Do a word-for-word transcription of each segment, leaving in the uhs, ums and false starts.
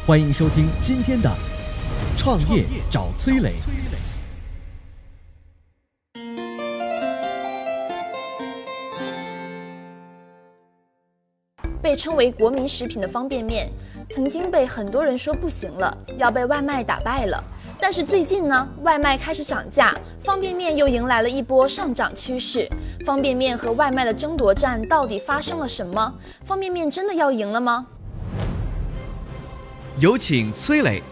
欢迎收听今天的创业找崔磊。 被称为国民食品的方便面，曾经被很多人说不行了，要被外卖打败了。但是最近呢，外卖开始涨价，方便面又迎来了一波上涨趋势。方便面和外卖的争夺战到底发生了什么？方便面真的要赢了吗？ 有请崔磊。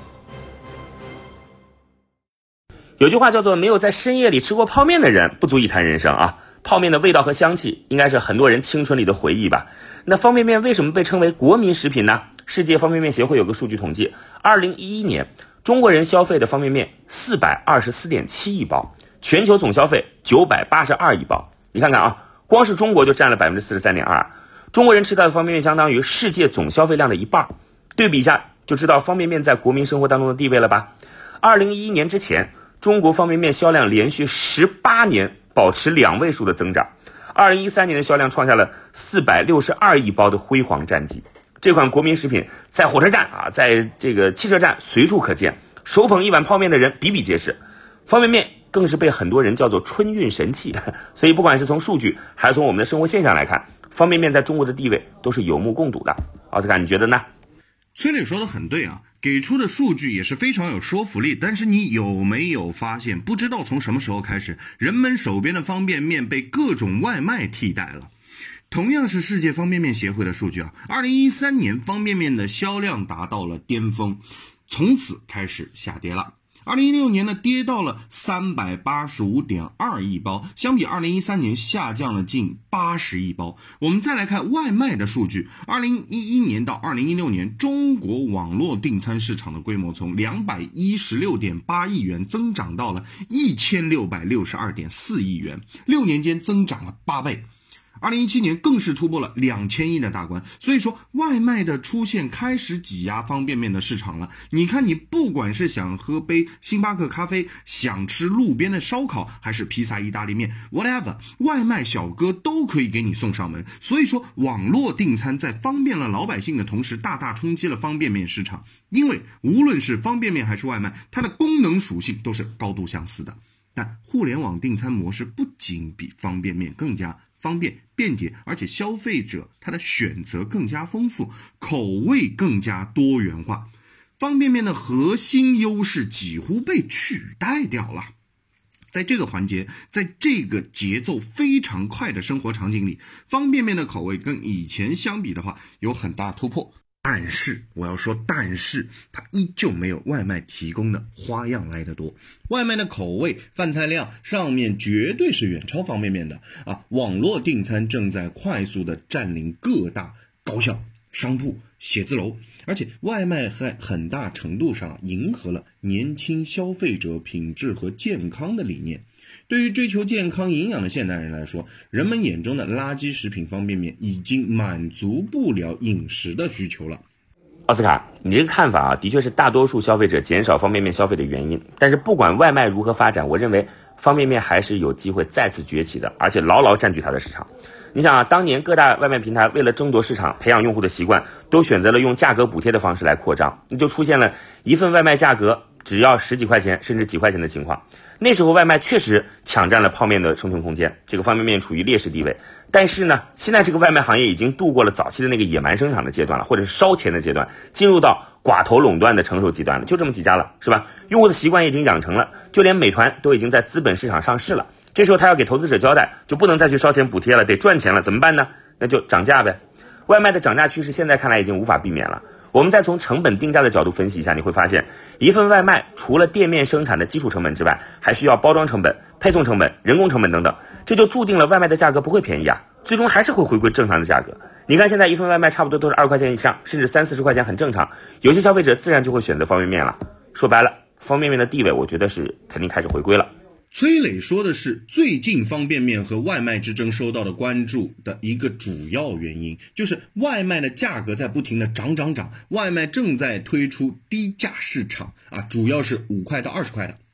有句话叫做没有在深夜里吃过泡面的人不足以谈人生啊。泡面的味道和香气应该是很多人青春里的回忆吧。那方便面为什么被称为国民食品呢？世界方便面协会有个数据统计，二零一一年中国人消费的方便面四百二十四点七亿包，全球总消费九百八十二亿包。你看看啊，光是中国就占了 百分之四十三点二， 中国人吃到的方便面相当于世界总消费量的一半。对比一下就知道方便面在国民生活当中的地位了吧。二零一一年之前，中国方便面销量连续十八年保持两位数的增长，二零一三年的销量创下了四百六十二亿包的辉煌战绩。这款国民食品在火车站啊，在这个汽车站随处可见，手捧一碗泡面的人比比皆是。方便面更是被很多人叫做春运神器，所以不管是从数据还是从我们的生活现象来看，方便面在中国的地位都是有目共睹的。奥斯卡，你觉得呢？ 崔磊说的很对啊，给出的数据也是非常有说服力，但是你有没有发现，不知道从什么时候开始，人们手边的方便面被各种外卖替代了。同样是世界方便面协会的数据啊，二零一三年方便面的销量达到了巅峰，从此开始下跌了。二零一六年呢，跌到了三百八十五点二亿包，相比二零一三年下降了近八十亿包。我们再来看外卖的数据，二零一一年到二零一六年，中国网络订餐市场的规模从两百一十六点八亿元增长到了一千六百六十二点四亿元，六年间增长了八倍。二零一七年更是突破了两千亿的大关，所以说外卖的出现开始挤压方便面的市场了。你看，你不管是想喝杯星巴克咖啡，想吃路边的烧烤，还是披萨意大利面 whatever， 外卖小哥都可以给你送上门。所以说网络订餐在方便了老百姓的同时，大大冲击了方便面市场。因为无论是方便面还是外卖，它的功能属性都是高度相似的。但互联网订餐模式不仅比方便面更加方便便捷，而且消费者他的选择更加丰富，口味更加多元化。方便面的核心优势几乎被取代掉了。在这个环节，在这个节奏非常快的生活场景里，方便面的口味跟以前相比的话有很大突破。但是我要说但是它依旧没有外卖提供的花样来得多。外卖的口味饭菜量上面绝对是远超方便面的啊！网络订餐正在快速的占领各大高校、商铺、写字楼，而且外卖在很大程度上迎合了年轻消费者品质和健康的理念。对于追求健康营养的现代人来说，人们眼中的垃圾食品方便面已经满足不了饮食的需求了。 奥斯卡，你这个看法啊，的确是大多数消费者减少方便面消费的原因。但是不管外卖如何发展，我认为方便面还是有机会再次崛起的，而且牢牢占据它的市场。你想啊，当年各大外卖平台为了争夺市场，培养用户的习惯，都选择了用价格补贴的方式来扩张，那就出现了一份外卖价格只要十几块钱甚至几块钱的情况。那时候外卖确实抢占了泡面的生存空间，这个方便面处于劣势地位。但是呢，现在这个外卖行业已经度过了早期的那个野蛮生产的阶段了，或者是烧钱的阶段，进入到寡头垄断的成熟阶段了，就这么几家了，是吧？用户的习惯已经养成了，就连美团都已经在资本市场上市了。这时候他要给投资者交代，就不能再去烧钱补贴了，得赚钱了，怎么办呢？那就涨价呗。外卖的涨价趋势现在看来已经无法避免了。我们再从成本定价的角度分析一下，你会发现一份外卖除了店面生产的基础成本之外，还需要包装成本、配送成本、人工成本等等，这就注定了外卖的价格不会便宜啊，最终还是会回归正常的价格。你看现在一份外卖差不多都是二块钱以上，甚至三四十块钱很正常，有些消费者自然就会选择方便面了。说白了，方便面的地位我觉得是肯定开始回归了。 崔磊说的是，最近方便面和外卖之争受到的关注的一个主要原因，就是外卖的价格在不停的涨涨涨，外卖正在推出低价市场啊，主要是五块到二十块的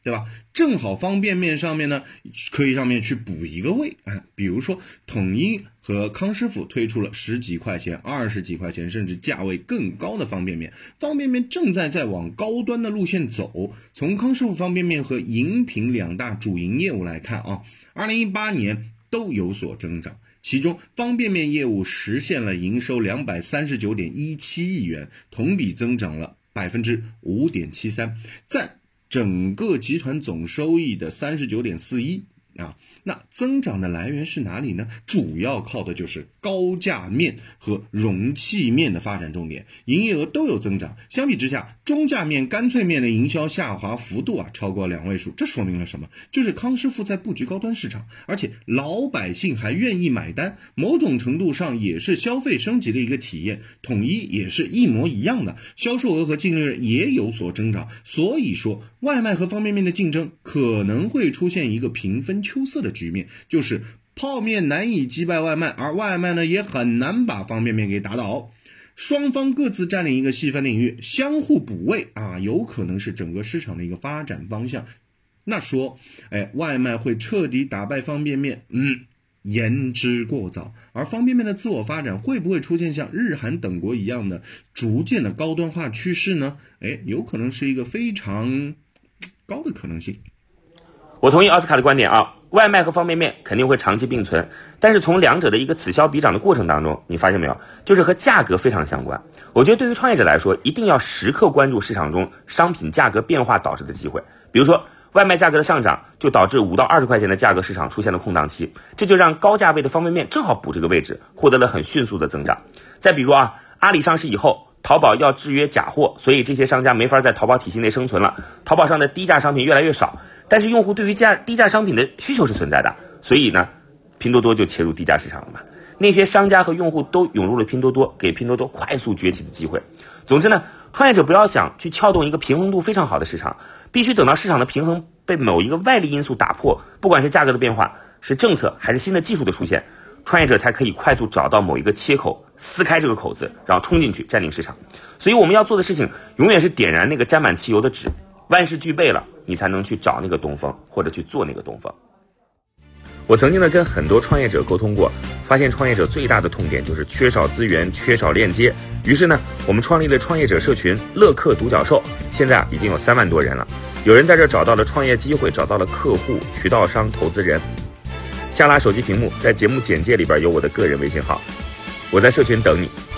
对吧？正好方便面上面呢，可以上面去补一个位，哎，比如说统一和康师傅推出了十几块钱、二十几块钱，甚至价位更高的方便面。方便面正在在往高端的路线走。从康师傅方便面和饮品两大主营业务来看啊，二零一八年都有所增长。其中方便面业务实现了营收两百三十九点一七亿元，同比增长了百分之五点七三，占整个集团总收益的三十九点四一啊。那增长的来源是哪里呢？主要靠的就是高价面和容器面的发展重点，营业额都有增长。相比之下，中价面、干脆面的营销下滑幅度啊超过两位数，这说明了什么？就是康师傅在布局高端市场，而且老百姓还愿意买单，某种程度上也是消费升级的一个体验。统一也是一模一样的，销售额和净利润也有所增长。所以说，外卖和方便面的竞争可能会出现一个平分秋色的局面，就是泡面难以击败外卖，而外卖呢也很难把方便面给打倒。双方各自占领一个细分领域，相互补位啊，有可能是整个市场的一个发展方向。那说，哎，外卖会彻底打败方便面，嗯，言之过早。而方便面的自我发展会不会出现像日韩等国一样的逐渐的高端化趋势呢？哎，有可能是一个非常高的可能性。 我同意奥斯卡的观点啊，外卖和方便面肯定会长期并存，但是从两者的一个此消彼长的过程当中，你发现没有，就是和价格非常相关。我觉得对于创业者来说，一定要时刻关注市场中商品价格变化导致的机会。比如说外卖价格的上涨，就导致五到二十块钱的价格市场出现了空档期，这就让高价位的方便面正好补这个位置，获得了很迅速的增长。再比如啊，阿里上市以后，淘宝要制约假货，所以这些商家没法在淘宝体系内生存了，淘宝上的低价商品越来越少，但是用户对于价低价商品的需求是存在的，所以呢，拼多多就切入低价市场了嘛。那些商家和用户都涌入了拼多多，给拼多多快速崛起的机会。总之呢，创业者不要想去撬动一个平衡度非常好的市场，必须等到市场的平衡被某一个外力因素打破，不管是价格的变化，是政策还是新的技术的出现，创业者才可以快速找到某一个切口，撕开这个口子，然后冲进去占领市场。所以我们要做的事情永远是点燃那个沾满汽油的纸，万事俱备了，你才能去找那个东风，或者去做那个东风。我曾经呢跟很多创业者沟通过，发现创业者最大的痛点就是缺少资源，缺少链接。于是呢，我们创立了创业者社群乐客独角兽，现在啊已经有三万多人了。有人在这找到了创业机会，找到了客户、渠道商、投资人。下拉手机屏幕，在节目简介里边有我的个人微信号，我在社群等你。